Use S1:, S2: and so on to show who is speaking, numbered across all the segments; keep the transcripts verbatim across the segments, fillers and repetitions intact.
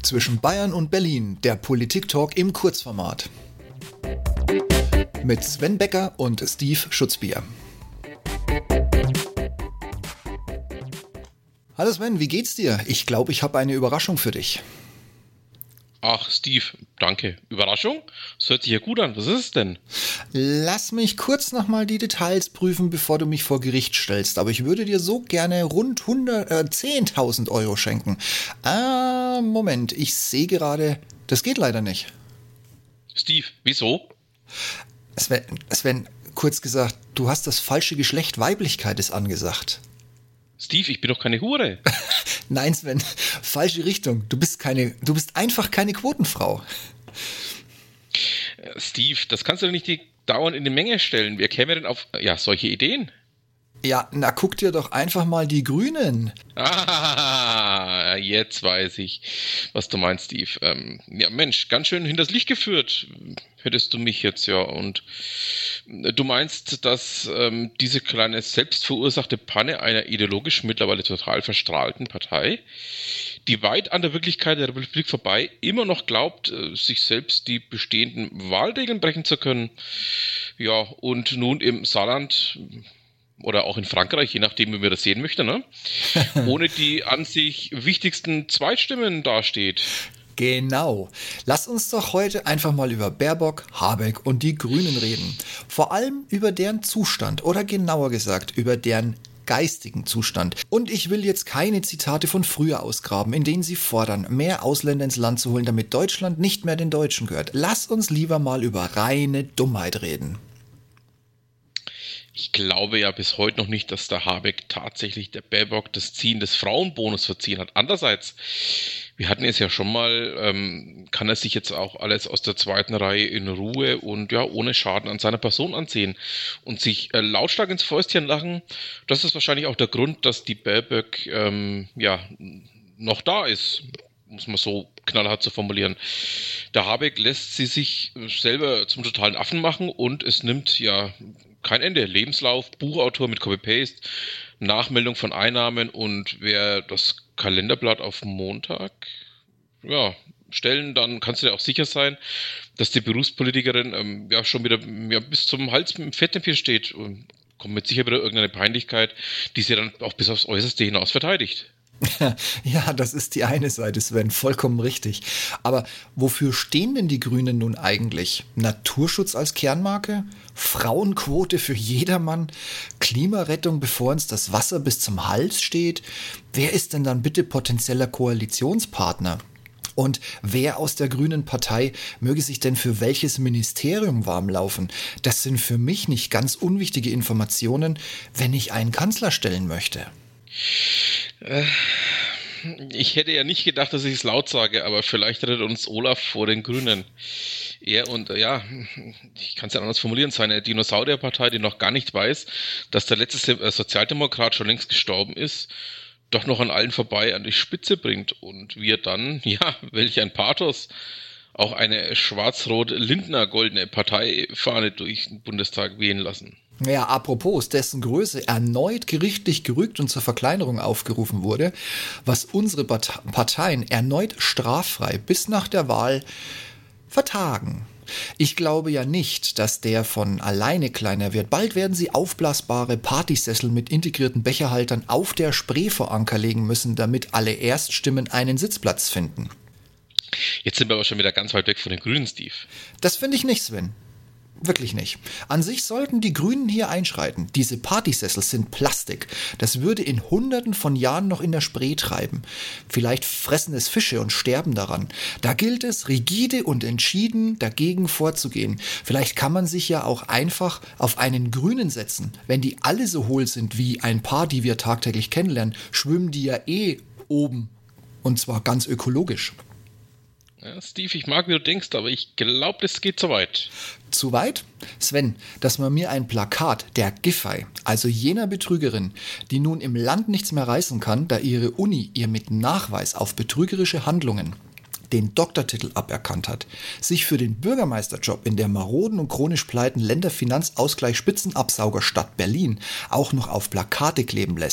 S1: Zwischen Bayern und Berlin, der Politik-Talk im Kurzformat. Mit Sven Becker und Steve Schutzbier. Hallo Sven, wie geht's dir? Ich glaube, ich habe eine Überraschung für dich.
S2: Ach, Steve, danke. Überraschung? Das hört sich ja gut an. Was ist es denn?
S1: Lass mich kurz nochmal die Details prüfen, bevor du mich vor Gericht stellst. Aber ich würde dir so gerne rund hundert, äh, zehntausend Euro schenken. Ah, Moment, ich sehe gerade, das geht leider nicht.
S2: Steve, wieso?
S1: Sven, Sven, kurz gesagt, du hast das falsche Geschlecht, Weiblichkeit ist angesagt.
S2: Steve, ich bin doch keine Hure.
S1: Nein, Sven, falsche Richtung. Du bist keine, du bist einfach keine Quotenfrau.
S2: Steve, das kannst du doch nicht dauernd in die Menge stellen. Wer käme denn auf ja, solche Ideen?
S1: Ja, na guck dir doch einfach mal die Grünen.
S2: Ah, jetzt weiß ich, was du meinst, Steve. Ähm, ja, Mensch, ganz schön hinters Licht geführt, hättest du mich jetzt, ja. Und du meinst, dass ähm, diese kleine selbstverursachte Panne einer ideologisch mittlerweile total verstrahlten Partei, die weit an der Wirklichkeit der Republik vorbei immer noch glaubt, sich selbst die bestehenden Wahlregeln brechen zu können. Ja, und nun im Saarland oder auch in Frankreich, je nachdem, wie man das sehen möchte, ne? ohne die an sich wichtigsten Zweitstimmen dasteht.
S1: Genau. Lass uns doch heute einfach mal über Baerbock, Habeck und die Grünen reden. Vor allem über deren Zustand oder genauer gesagt über deren geistigen Zustand. Und ich will jetzt keine Zitate von früher ausgraben, in denen sie fordern, mehr Ausländer ins Land zu holen, damit Deutschland nicht mehr den Deutschen gehört. Lass uns lieber mal über reine Dummheit reden.
S2: Ich glaube ja bis heute noch nicht, dass der Habeck tatsächlich der Baerbock das Ziehen des Frauenbonus verziehen hat. Andererseits, wir hatten es ja schon mal, ähm, kann er sich jetzt auch alles aus der zweiten Reihe in Ruhe und ja ohne Schaden an seiner Person ansehen und sich äh, lautstark ins Fäustchen lachen. Das ist wahrscheinlich auch der Grund, dass die Baerbock ähm, ja noch da ist, muss man so knallhart zu formulieren. Der Habeck lässt sie sich selber zum totalen Affen machen und es nimmt ja kein Ende. Lebenslauf, Buchautor mit Copy-Paste, Nachmeldung von Einnahmen und wer das Kalenderblatt auf Montag ja, stellen, dann kannst du dir auch sicher sein, dass die Berufspolitikerin ähm, ja schon wieder ja, bis zum Hals im Fettnäpfchen steht und kommt mit sicher wieder irgendeine Peinlichkeit, die sie dann auch bis aufs Äußerste hinaus verteidigt.
S1: Ja, das ist die eine Seite, Sven, vollkommen richtig. Aber wofür stehen denn die Grünen nun eigentlich? Naturschutz als Kernmarke? Frauenquote für jedermann? Klimarettung, bevor uns das Wasser bis zum Hals steht? Wer ist denn dann bitte potenzieller Koalitionspartner? Und wer aus der Grünen Partei möge sich denn für welches Ministerium warmlaufen? Das sind für mich nicht ganz unwichtige Informationen, wenn ich einen Kanzler stellen möchte.
S2: Ich hätte ja nicht gedacht, dass ich es laut sage, aber vielleicht rettet uns Olaf vor den Grünen. Er und, ja, ich kann es ja anders formulieren, seine Dinosaurierpartei, die noch gar nicht weiß, dass der letzte Sozialdemokrat schon längst gestorben ist, doch noch an allen vorbei an die Spitze bringt. Und wir dann, ja, welch ein Pathos, auch eine schwarz-rot-lindner goldene Parteifahne durch den Bundestag wehen lassen.
S1: Ja, apropos, dessen Größe erneut gerichtlich gerügt und zur Verkleinerung aufgerufen wurde, was unsere Parteien erneut straffrei bis nach der Wahl vertagen. Ich glaube ja nicht, dass der von alleine kleiner wird. Bald werden sie aufblasbare Partysessel mit integrierten Becherhaltern auf der Spree vor Anker legen müssen, damit alle Erststimmen einen Sitzplatz finden.
S2: Jetzt sind wir aber schon wieder ganz weit weg von den Grünen, Steve.
S1: Das finde ich nicht, Sven. Wirklich nicht. An sich sollten die Grünen hier einschreiten. Diese Partysessel sind Plastik. Das würde in Hunderten von Jahren noch in der Spree treiben. Vielleicht fressen es Fische und sterben daran. Da gilt es, rigide und entschieden dagegen vorzugehen. Vielleicht kann man sich ja auch einfach auf einen Grünen setzen. Wenn die alle so hohl sind wie ein paar, die wir tagtäglich kennenlernen, schwimmen die ja eh oben. Und zwar ganz ökologisch.
S2: Ja, Steve, ich mag, wie du denkst, aber ich glaube, das geht zu weit.
S1: Zu weit? Sven, dass man mir ein Plakat der Giffey, also jener Betrügerin, die nun im Land nichts mehr reißen kann, da ihre Uni ihr mit Nachweis auf betrügerische Handlungen den Doktortitel aberkannt hat, sich für den Bürgermeisterjob in der maroden und chronisch pleiten Länderfinanzausgleich Spitzenabsaugerstadt Berlin auch noch auf Plakate kleben lässt,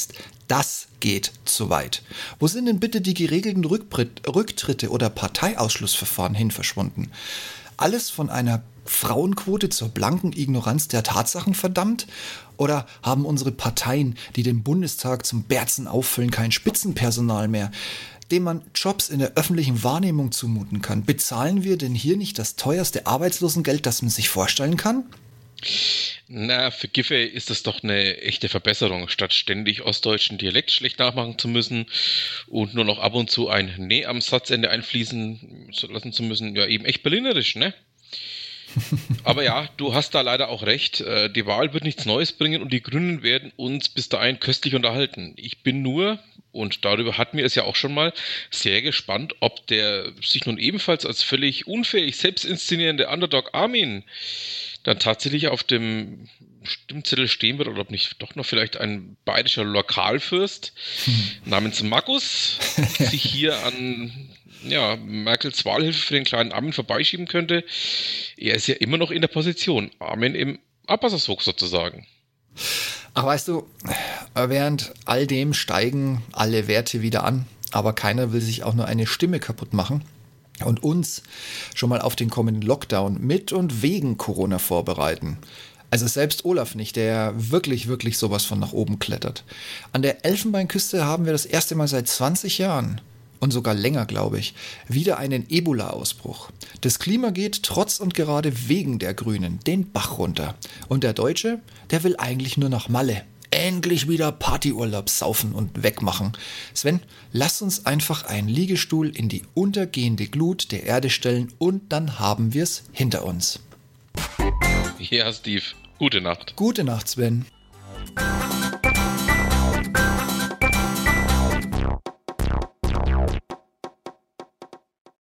S1: Das geht zu weit. Wo sind denn bitte die geregelten Rücktritte oder Parteiausschlussverfahren hin verschwunden? Alles von einer Frauenquote zur blanken Ignoranz der Tatsachen verdammt? Oder haben unsere Parteien, die den Bundestag zum Berzen auffüllen, kein Spitzenpersonal mehr, dem man Jobs in der öffentlichen Wahrnehmung zumuten kann? Bezahlen wir denn hier nicht das teuerste Arbeitslosengeld, das man sich vorstellen kann?
S2: Na, für Giffey ist das doch eine echte Verbesserung, statt ständig ostdeutschen Dialekt schlecht nachmachen zu müssen und nur noch ab und zu ein Nee am Satzende einfließen lassen zu müssen. Ja, eben echt berlinerisch, ne? Aber ja, du hast da leider auch recht. Die Wahl wird nichts Neues bringen und die Grünen werden uns bis dahin köstlich unterhalten. Ich bin nur, und darüber hatten wir es ja auch schon mal, sehr gespannt, ob der sich nun ebenfalls als völlig unfähig selbst inszenierende Underdog Armin dann tatsächlich auf dem Stimmzettel stehen wird oder ob nicht doch noch vielleicht ein bayerischer Lokalfürst hm. namens Markus sich hier an ja, Merkels Wahlhilfe für den kleinen Armin vorbeischieben könnte. Er ist ja immer noch in der Position. Armin im Abwassersog sozusagen.
S1: Ach, weißt du, während all dem steigen alle Werte wieder an, aber keiner will sich auch nur eine Stimme kaputt machen und uns schon mal auf den kommenden Lockdown mit und wegen Corona vorbereiten. Also selbst Olaf nicht, der wirklich, wirklich sowas von nach oben klettert. An der Elfenbeinküste haben wir das erste Mal seit zwanzig Jahren und sogar länger, glaube ich, wieder einen Ebola-Ausbruch. Das Klima geht trotz und gerade wegen der Grünen den Bach runter. Und der Deutsche, der will eigentlich nur nach Malle. Endlich wieder Partyurlaub saufen und wegmachen. Sven, lass uns einfach einen Liegestuhl in die untergehende Glut der Erde stellen und dann haben wir es hinter uns.
S2: Ja, Steve. Gute Nacht.
S1: Gute Nacht, Sven.